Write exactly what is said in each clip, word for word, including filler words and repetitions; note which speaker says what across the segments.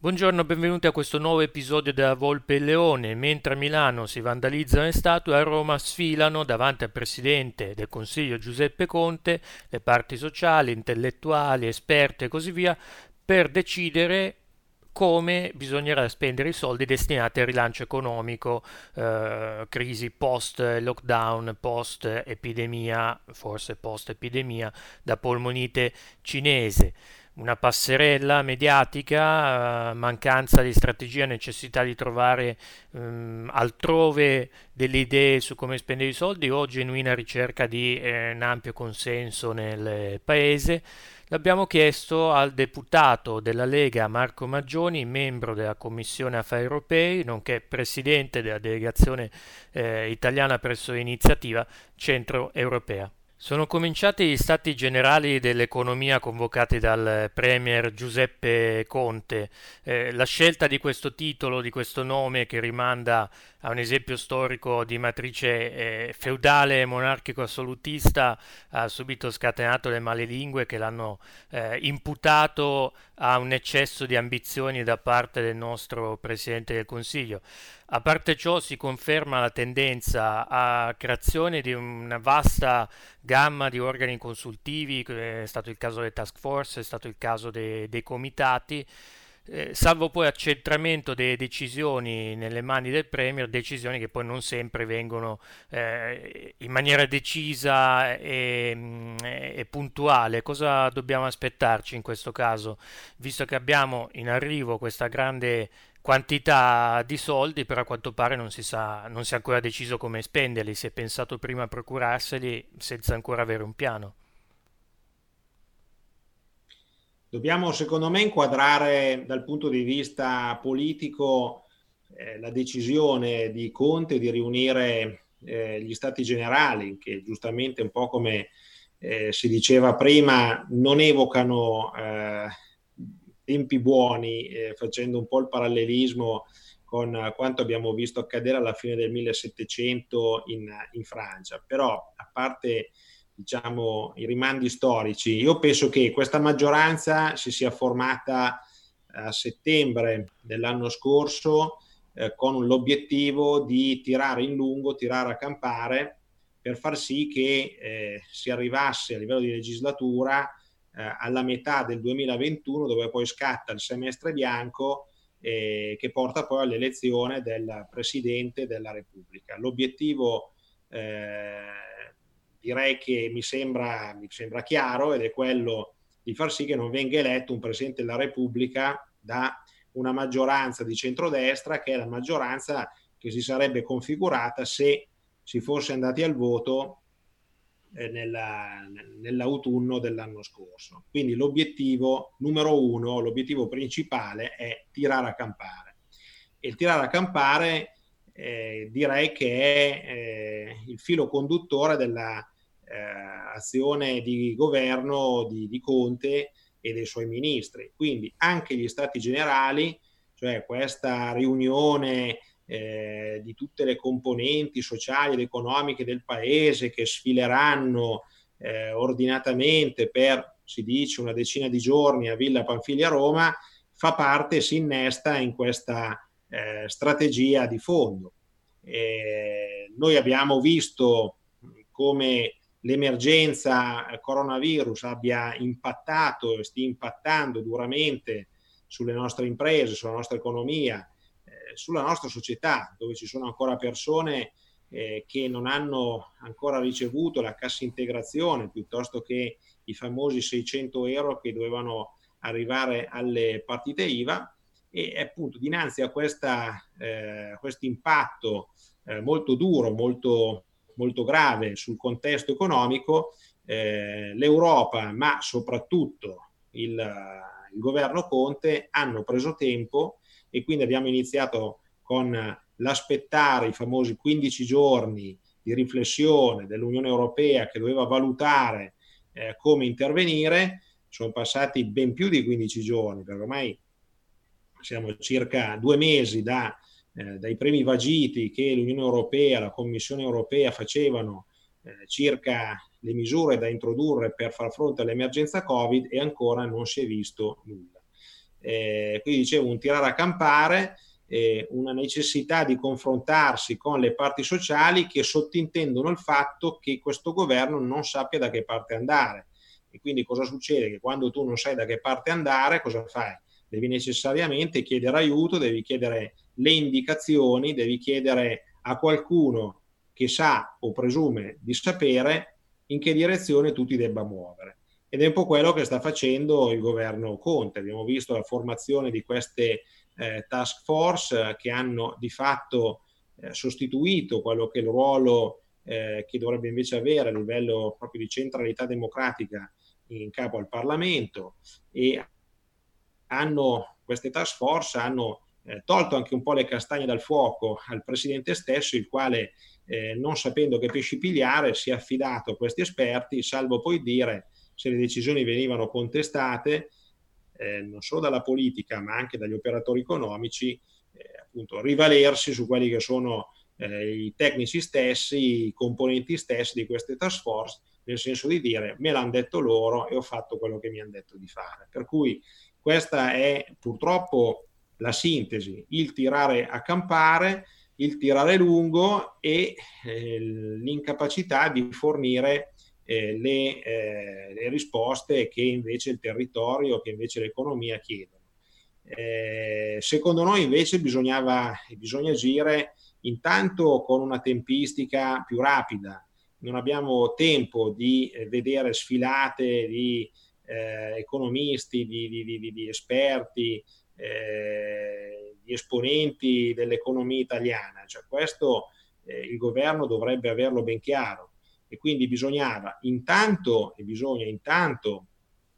Speaker 1: Buongiorno, benvenuti a questo nuovo episodio della Volpe e il Leone. Mentre a Milano si vandalizzano le statue, a Roma sfilano davanti al Presidente del Consiglio Giuseppe Conte le parti sociali, intellettuali, esperti e così via per decidere come bisognerà spendere i soldi destinati al rilancio economico, eh, crisi post-lockdown, post-epidemia, forse post-epidemia da polmonite cinese. Una passerella mediatica, eh, mancanza di strategia, necessità di trovare ehm, altrove delle idee su come spendere i soldi o genuina ricerca di eh, un ampio consenso nel paese. L'abbiamo chiesto al deputato della Lega Marco Maggioni, membro della Commissione Affari Europei, nonché presidente della delegazione eh, italiana presso l'iniziativa Centro Europea. Sono cominciati gli stati generali dell'economia convocati dal premier Giuseppe Conte. Eh, la scelta di questo titolo, di questo nome che rimanda a un esempio storico di matrice eh, feudale monarchico assolutista ha subito scatenato le malelingue che l'hanno eh, imputato a un eccesso di ambizioni da parte del nostro Presidente del Consiglio. A parte ciò si conferma la tendenza a creazione di una vasta gamma di organi consultivi, è stato il caso delle task force, è stato il caso dei, dei comitati, eh, salvo poi accentramento delle decisioni nelle mani del Premier, decisioni che poi non sempre vengono eh, in maniera decisa e, mm, e puntuale. Cosa dobbiamo aspettarci in questo caso, visto che abbiamo in arrivo questa grande quantità di soldi, però a quanto pare non si sa, non si è ancora deciso come spenderli, si è pensato prima a procurarseli senza ancora avere un piano.
Speaker 2: Dobbiamo, secondo me, inquadrare dal punto di vista politico eh, la decisione di Conte di riunire eh, gli Stati Generali, che giustamente, un po' come eh, si diceva prima, non evocano eh, tempi buoni, eh, facendo un po' il parallelismo con quanto abbiamo visto accadere alla fine del millesettecento in, in Francia. Però, a parte diciamo, i rimandi storici, io penso che questa maggioranza si sia formata a settembre dell'anno scorso eh, con l'obiettivo di tirare in lungo, tirare a campare per far sì che eh, si arrivasse a livello di legislatura eh, alla metà del duemilaventuno, dove poi scatta il semestre bianco eh, che porta poi all'elezione del Presidente della Repubblica. L'obiettivo eh, direi che mi sembra, mi sembra chiaro, ed è quello di far sì che non venga eletto un Presidente della Repubblica da una maggioranza di centrodestra, che è la maggioranza che si sarebbe configurata se si fosse andati al voto eh, nella, nell'autunno dell'anno scorso. Quindi l'obiettivo numero uno, l'obiettivo principale è tirare a campare. E il tirare a campare eh, direi che è eh, il filo conduttore della eh, azione di governo di, di Conte e dei suoi ministri. Quindi anche gli stati generali, cioè questa riunione eh, di tutte le componenti sociali ed economiche del paese che sfileranno eh, ordinatamente per, si dice, una decina di giorni a Villa Pamphili a Roma, fa parte, si innesta in questa eh, strategia di fondo. Eh, noi abbiamo visto come l'emergenza coronavirus abbia impattato e stia impattando duramente sulle nostre imprese, sulla nostra economia, eh, sulla nostra società, dove ci sono ancora persone eh, che non hanno ancora ricevuto la cassa integrazione, piuttosto che i famosi seicento euro che dovevano arrivare alle partite I V A. E appunto dinanzi a questa, eh, questo impatto eh, molto duro, molto, molto grave sul contesto economico, eh, l'Europa, ma soprattutto il, il governo Conte, hanno preso tempo, e quindi abbiamo iniziato con l'aspettare i famosi quindici giorni di riflessione dell'Unione Europea, che doveva valutare eh, come intervenire. Sono passati ben più di quindici giorni, perché ormai siamo circa due mesi da, eh, dai primi vagiti che l'Unione Europea, la Commissione Europea facevano eh, circa le misure da introdurre per far fronte all'emergenza Covid, e ancora non si è visto nulla. Eh, quindi dicevo, un tirare a campare, eh, una necessità di confrontarsi con le parti sociali che sottintendono il fatto che questo governo non sappia da che parte andare. E quindi cosa succede? Che quando tu non sai da che parte andare, cosa fai? Devi necessariamente chiedere aiuto, devi chiedere le indicazioni, devi chiedere a qualcuno che sa o presume di sapere in che direzione tu ti debba muovere. Ed è un po' quello che sta facendo il governo Conte. Abbiamo visto la formazione di queste eh, task force eh, che hanno di fatto eh, sostituito quello che è il ruolo eh, che dovrebbe invece avere a livello proprio di centralità democratica in capo al Parlamento, e hanno, queste task force hanno eh, tolto anche un po' le castagne dal fuoco al presidente stesso, il quale eh, non sapendo che pesci pigliare si è affidato a questi esperti, salvo poi dire, se le decisioni venivano contestate eh, non solo dalla politica ma anche dagli operatori economici, eh, appunto rivalersi su quelli che sono eh, i tecnici stessi, i componenti stessi di queste task force, nel senso di dire me l'hanno detto loro e ho fatto quello che mi hanno detto di fare. Per cui questa è purtroppo la sintesi, il tirare a campare, il tirare lungo e eh, l'incapacità di fornire eh, le, eh, le risposte che invece il territorio, che invece l'economia chiedono. Eh, secondo noi invece bisognava, bisogna agire intanto con una tempistica più rapida. Non abbiamo tempo di eh, vedere sfilate di eh, economisti, di, di, di, di esperti, eh, di esponenti dell'economia italiana. Cioè, questo eh, il governo dovrebbe averlo ben chiaro, e quindi bisognava intanto, e bisogna intanto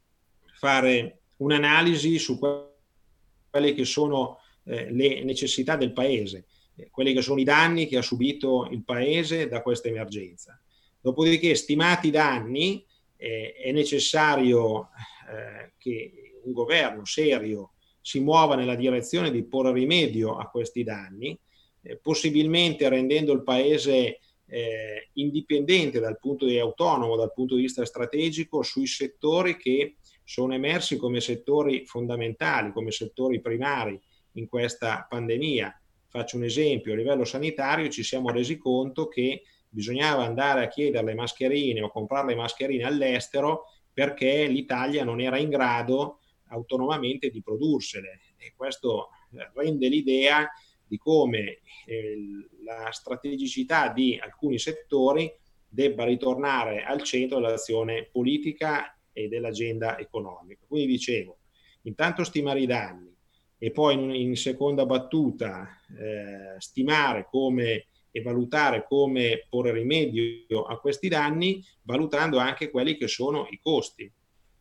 Speaker 2: fare un'analisi su quelle che sono eh, le necessità del Paese, eh, quelli che sono i danni che ha subito il Paese da questa emergenza. Dopodiché, stimati i danni, eh, è necessario eh, che un governo serio si muova nella direzione di porre rimedio a questi danni, eh, possibilmente rendendo il Paese eh, indipendente dal punto di autonomo, dal punto di vista strategico, sui settori che sono emersi come settori fondamentali, come settori primari in questa pandemia. Faccio un esempio: a livello sanitario ci siamo resi conto che bisognava andare a chiedere le mascherine o comprare le mascherine all'estero perché l'Italia non era in grado autonomamente di prodursele, e questo rende l'idea di come eh, la strategicità di alcuni settori debba ritornare al centro dell'azione politica e dell'agenda economica. Quindi dicevo, intanto stimare i danni e poi in, in seconda battuta eh, stimare come e valutare come porre rimedio a questi danni, valutando anche quelli che sono i costi.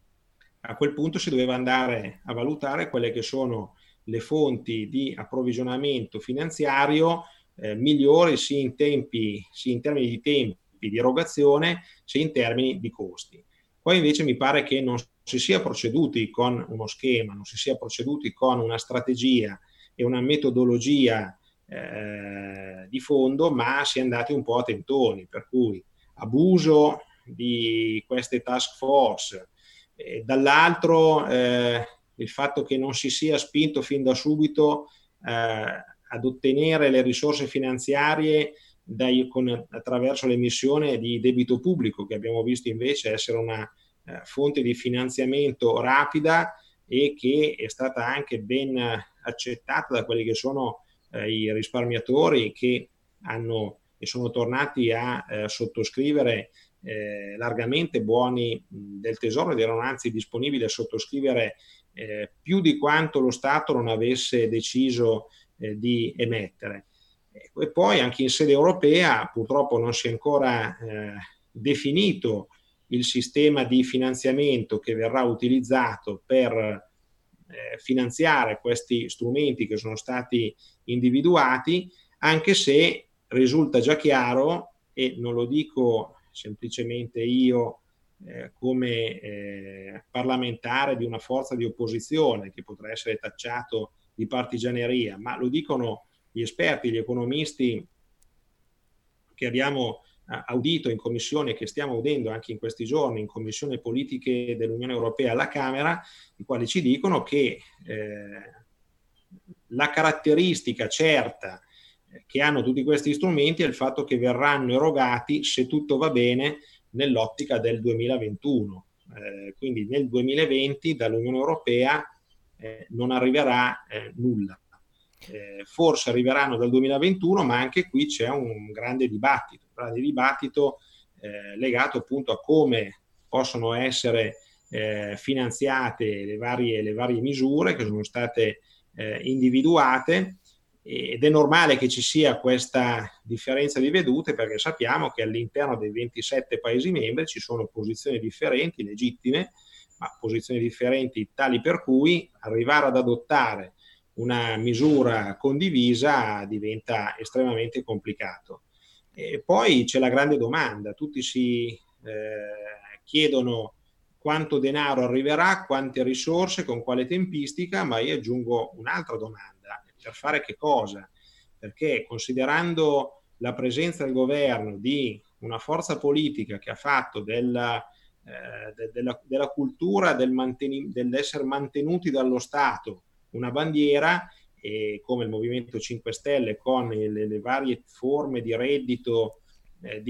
Speaker 2: A quel punto si doveva andare a valutare quelle che sono le fonti di approvvigionamento finanziario eh, migliori sia in tempi, sia in termini di tempi di erogazione, sia in termini di costi. Poi invece mi pare che non si sia proceduti con uno schema, non si sia proceduti con una strategia e una metodologia eh, di fondo, ma si è andati un po' a tentoni, per cui abuso di queste task force, e dall'altro eh, il fatto che non si sia spinto fin da subito eh, ad ottenere le risorse finanziarie dai, con, attraverso l'emissione di debito pubblico, che abbiamo visto invece essere una eh, fonte di finanziamento rapida e che è stata anche ben accettata da quelli che sono eh, i risparmiatori, che hanno e sono tornati a eh, sottoscrivere eh, largamente buoni mh, del Tesoro, ed erano anzi disponibili a sottoscrivere eh, più di quanto lo Stato non avesse deciso eh, di emettere. E poi anche in sede europea purtroppo non si è ancora eh, definito il sistema di finanziamento che verrà utilizzato per eh, finanziare questi strumenti che sono stati individuati, anche se risulta già chiaro, e non lo dico semplicemente io eh, come eh, parlamentare di una forza di opposizione che potrà essere tacciato di partigianeria, ma lo dicono gli esperti, gli economisti che abbiamo audito in commissione, che stiamo udendo anche in questi giorni in Commissione Politiche dell'Unione Europea alla Camera, i quali ci dicono che eh, la caratteristica certa che hanno tutti questi strumenti è il fatto che verranno erogati, se tutto va bene, nell'ottica del duemilaventuno. Eh, quindi nel duemilaventi dall'Unione Europea eh, non arriverà eh, nulla. Eh, forse arriveranno dal duemilaventuno, ma anche qui c'è un grande dibattito, un grande dibattito eh, legato appunto a come possono essere eh, finanziate le varie, le varie misure che sono state eh, individuate, ed è normale che ci sia questa differenza di vedute, perché sappiamo che all'interno dei ventisette Paesi membri ci sono posizioni differenti, legittime, ma posizioni differenti tali per cui arrivare ad adottare una misura condivisa diventa estremamente complicato. E poi c'è la grande domanda, tutti si eh, chiedono quanto denaro arriverà, quante risorse, con quale tempistica, ma io aggiungo un'altra domanda: per fare che cosa? Perché considerando la presenza del governo di una forza politica che ha fatto della, eh, de, della, della cultura del manteni- dell'essere mantenuti dallo Stato una bandiera, e come il Movimento cinque Stelle con le, le varie forme di reddito eh,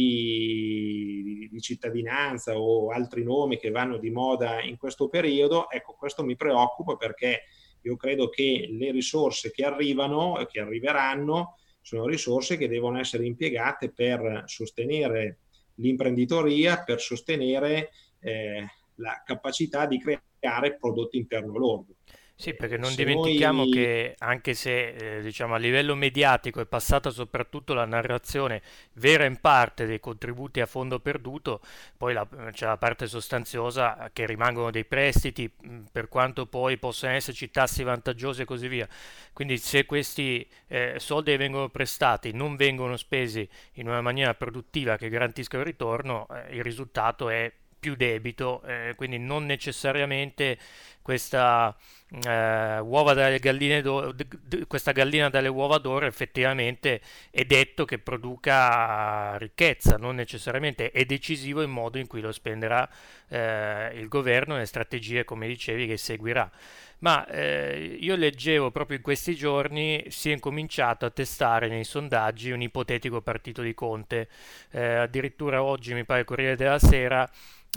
Speaker 2: di, di cittadinanza o altri nomi che vanno di moda in questo periodo, ecco, questo mi preoccupa, perché io credo che le risorse che arrivano e che arriveranno sono risorse che devono essere impiegate per sostenere l'imprenditoria, per sostenere eh, la capacità di creare prodotto interno lordo.
Speaker 1: Sì, perché non
Speaker 2: Se
Speaker 1: dimentichiamo
Speaker 2: noi
Speaker 1: che anche se eh, diciamo a livello mediatico è passata soprattutto la narrazione vera in parte dei contributi a fondo perduto, poi la- c'è la parte sostanziosa eh, che rimangono dei prestiti, mh, per quanto poi possano esserci tassi vantaggiosi e così via. Quindi se questi eh, soldi che vengono prestati non vengono spesi in una maniera produttiva che garantisca il ritorno, eh, il risultato è più debito, eh, quindi non necessariamente questa eh, uova dalle galline d'oro, d- d- questa gallina dalle uova d'oro effettivamente è detto che produca ricchezza, non necessariamente è decisivo il modo in cui lo spenderà eh, il governo e le strategie, come dicevi, che seguirà. Ma eh, io leggevo proprio in questi giorni si è incominciato a testare nei sondaggi un ipotetico partito di Conte. Eh, addirittura oggi mi pare il Corriere della Sera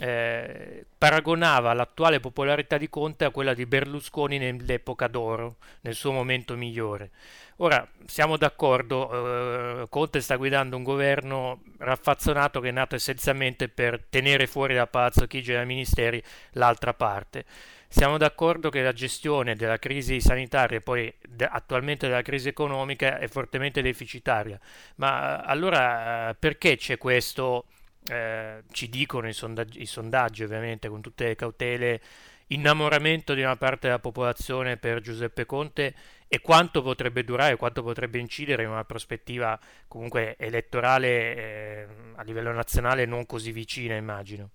Speaker 1: eh, paragonava l'attuale popolarità di Conte a quella di Berlusconi nell'epoca d'oro, nel suo momento migliore. Ora, siamo d'accordo, eh, Conte sta guidando un governo raffazzonato che è nato essenzialmente per tenere fuori da Palazzo Chigi e dai ministeri l'altra parte. Siamo d'accordo che la gestione della crisi sanitaria e poi de- attualmente della crisi economica è fortemente deficitaria, ma allora eh, perché c'è questo, eh, ci dicono i sondaggi, i sondaggi ovviamente con tutte le cautele, innamoramento di una parte della popolazione per Giuseppe Conte, e quanto potrebbe durare, quanto potrebbe incidere in una prospettiva comunque elettorale eh, a livello nazionale non così vicina, immagino.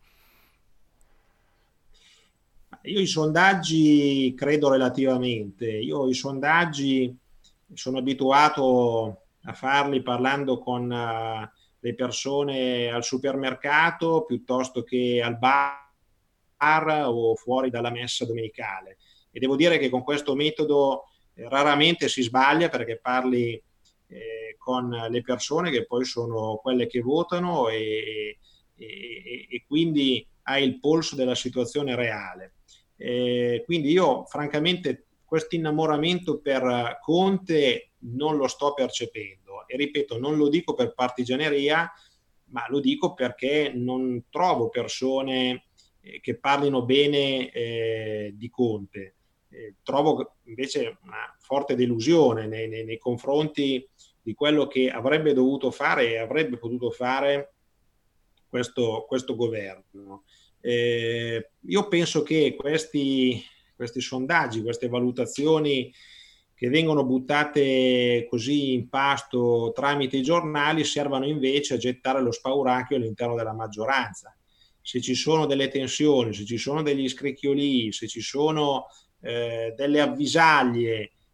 Speaker 2: Io i sondaggi credo relativamente, io i sondaggi sono abituato a farli parlando con uh, le persone al supermercato piuttosto che al bar o fuori dalla messa domenicale, e devo dire che con questo metodo eh, raramente si sbaglia, perché parli eh, con le persone che poi sono quelle che votano, e, e, e quindi hai il polso della situazione reale. Eh, quindi io francamente questo innamoramento per Conte non lo sto percependo, e ripeto, non lo dico per partigianeria, ma lo dico perché non trovo persone eh, che parlino bene eh, di Conte. Eh, trovo invece una forte delusione nei, nei, nei confronti di quello che avrebbe dovuto fare e avrebbe potuto fare questo, questo governo. Eh, io penso che questi, questi sondaggi, queste valutazioni che vengono buttate così in pasto tramite i giornali servano invece a gettare lo spauracchio all'interno della maggioranza. Se ci sono delle tensioni, se ci sono degli scricchiolii, se ci sono eh, delle avvisaglie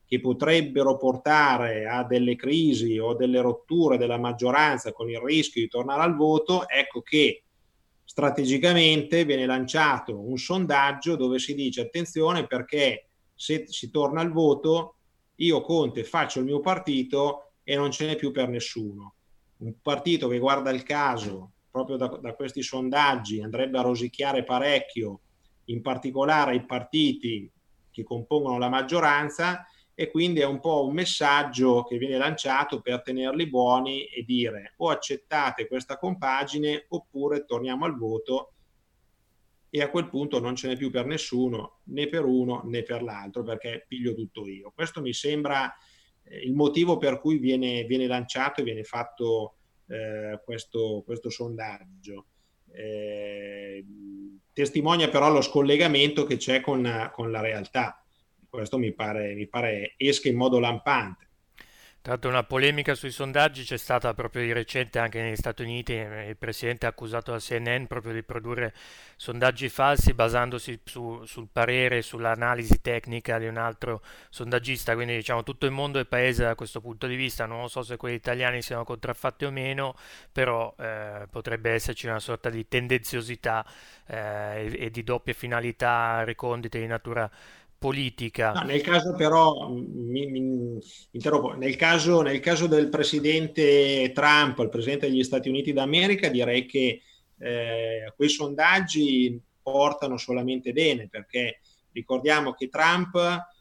Speaker 2: che potrebbero portare a delle crisi o delle rotture della maggioranza con il rischio di tornare al voto, ecco che strategicamente viene lanciato un sondaggio dove si dice attenzione perché se si torna al voto io Conte faccio il mio partito e non ce n'è più per nessuno. Un partito che guarda il caso proprio da, da questi sondaggi andrebbe a rosicchiare parecchio, in particolare i partiti che compongono la maggioranza, e quindi è un po' un messaggio che viene lanciato per tenerli buoni e dire o accettate questa compagine oppure torniamo al voto, e a quel punto non ce n'è più per nessuno, né per uno né per l'altro, perché piglio tutto io. Questo mi sembra eh, il motivo per cui viene, viene lanciato e viene fatto eh, questo, questo sondaggio. Eh, testimonia però lo scollegamento che c'è con, con la realtà. Questo mi pare, mi pare esca in modo lampante.
Speaker 1: Tra l'altro una polemica sui sondaggi c'è stata proprio di recente anche negli Stati Uniti. eh, Il presidente ha accusato la C N N proprio di produrre sondaggi falsi basandosi su- sul parere e sull'analisi tecnica di un altro sondaggista. Quindi diciamo tutto il mondo è paese da questo punto di vista. Non so se quelli italiani siano contraffatti o meno, però eh, potrebbe esserci una sorta di tendenziosità eh, e, e di doppie finalità recondite di natura politica.
Speaker 2: No, nel caso però, mi, mi interrompo, nel caso, nel caso del presidente Trump, il presidente degli Stati Uniti d'America, direi che eh, quei sondaggi portano solamente bene, perché ricordiamo che Trump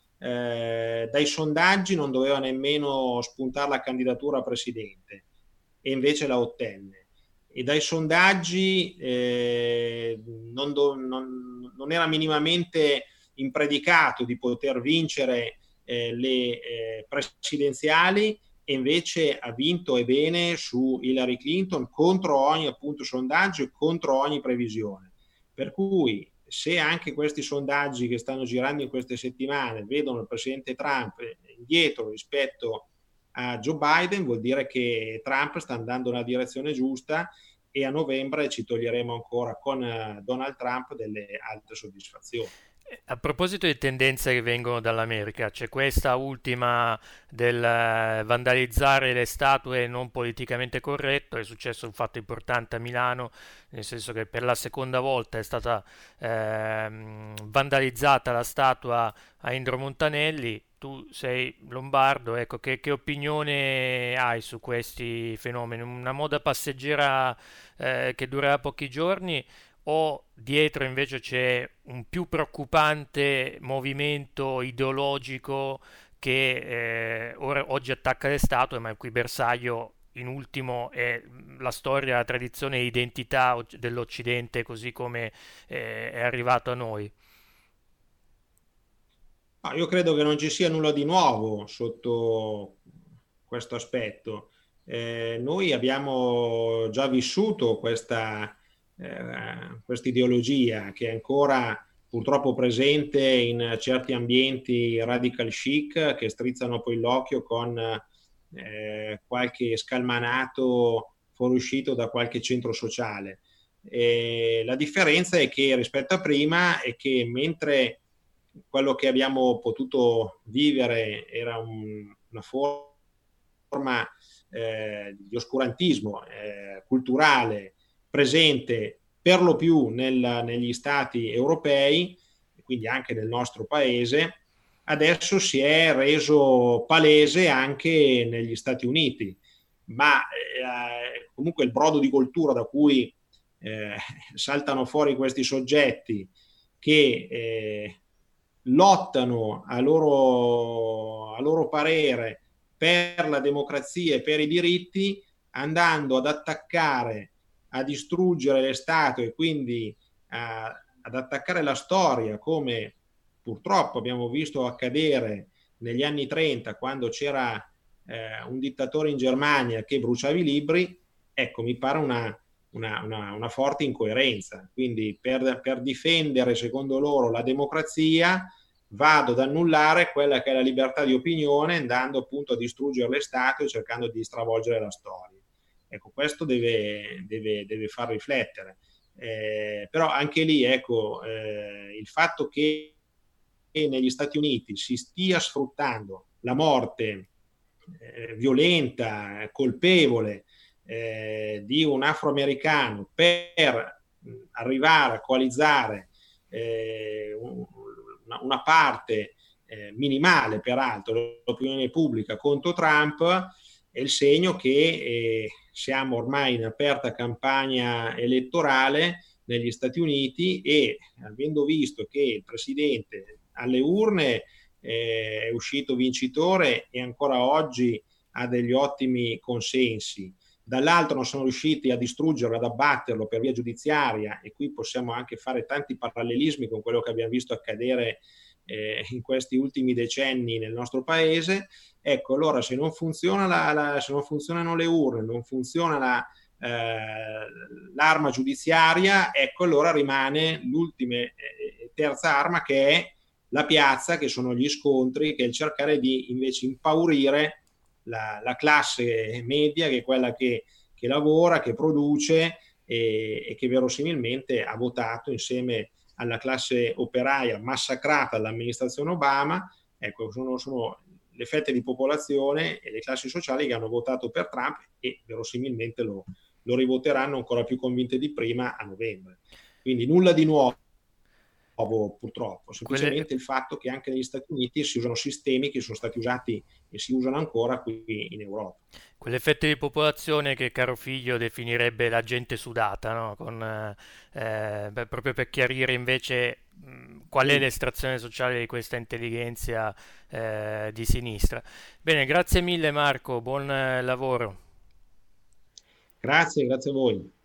Speaker 2: eh, dai sondaggi non doveva nemmeno spuntare la candidatura a presidente e invece la ottenne. E dai sondaggi eh, non, do, non, non era minimamente impredicato di poter vincere eh, le eh, presidenziali, e invece ha vinto e bene su Hillary Clinton contro ogni appunto sondaggio e contro ogni previsione. Per cui se anche questi sondaggi che stanno girando in queste settimane vedono il presidente Trump indietro rispetto a Joe Biden, vuol dire che Trump sta andando nella direzione giusta, e a novembre ci toglieremo ancora con Donald Trump delle altre soddisfazioni.
Speaker 1: A proposito di tendenze che vengono dall'America, c'è questa ultima del eh, vandalizzare le statue non politicamente corretto. È successo un fatto importante a Milano, nel senso che per la seconda volta è stata ehm, vandalizzata la statua a Indro Montanelli. Tu sei lombardo, ecco, che, che opinione hai su questi fenomeni? Una moda passeggera eh, che durerà pochi giorni, o dietro invece c'è un più preoccupante movimento ideologico che eh, ora, oggi attacca le statue, ma il cui bersaglio in ultimo è la storia, la tradizione e identità dell'Occidente così come eh, è arrivato a noi?
Speaker 2: Ah, io credo che non ci sia nulla di nuovo sotto questo aspetto. Eh, noi abbiamo già vissuto questa eh, questa ideologia che è ancora purtroppo presente in certi ambienti radical chic, che strizzano poi l'occhio con eh, qualche scalmanato fuoriuscito da qualche centro sociale. E la differenza è che rispetto a prima è che mentre quello che abbiamo potuto vivere era un, una forma eh, di oscurantismo eh, culturale presente per lo più nel, negli stati europei, quindi anche nel nostro paese, adesso si è reso palese anche negli Stati Uniti. Ma eh, comunque il brodo di coltura da cui eh, saltano fuori questi soggetti che eh, lottano a loro, a loro parere per la democrazia e per i diritti, andando ad attaccare, a distruggere le statue e quindi a, ad attaccare la storia, come purtroppo abbiamo visto accadere negli anni trenta, quando c'era eh, un dittatore in Germania che bruciava i libri. Ecco, mi pare una, una, una, una forte incoerenza. Quindi per, per difendere, secondo loro, la democrazia, vado ad annullare quella che è la libertà di opinione, andando appunto a distruggere le statue, cercando di stravolgere la storia. Ecco, questo deve, deve, deve far riflettere. Eh, però anche lì, ecco, eh, il fatto che negli Stati Uniti si stia sfruttando la morte eh, violenta, colpevole eh, di un afroamericano per arrivare a coalizzare eh, una, una parte eh, minimale, peraltro, dell'opinione pubblica contro Trump, è il segno che eh, siamo ormai in aperta campagna elettorale negli Stati Uniti e, avendo visto che il presidente alle urne eh, è uscito vincitore e ancora oggi ha degli ottimi consensi, dall'altro non sono riusciti a distruggerlo, ad abbatterlo per via giudiziaria, e qui possiamo anche fare tanti parallelismi con quello che abbiamo visto accadere eh, in questi ultimi decenni nel nostro paese. Ecco, allora se non funziona la, la, se non funzionano le urne, non funziona la, eh, l'arma giudiziaria, ecco, allora rimane l'ultima eh, terza arma, che è la piazza, che sono gli scontri, che è il cercare di invece impaurire La, la classe media, che è quella che, che lavora, che produce e, e che verosimilmente ha votato insieme alla classe operaia massacrata dall'amministrazione Obama. Ecco, sono, sono le fette di popolazione e le classi sociali che hanno votato per Trump e verosimilmente lo, lo rivoteranno ancora più convinte di prima a novembre. Quindi nulla di nuovo, purtroppo, semplicemente
Speaker 1: Quelle...
Speaker 2: il fatto che anche negli Stati Uniti si usano sistemi che sono stati usati e si usano ancora qui in Europa.
Speaker 1: Quelle fette di popolazione che caro figlio definirebbe la gente sudata, no? Con, eh, beh, proprio per chiarire invece mh, qual è
Speaker 2: Sì.
Speaker 1: l'estrazione sociale di questa intelligenza eh, di sinistra. Bene, grazie mille Marco, buon eh, lavoro.
Speaker 2: Grazie, grazie a voi.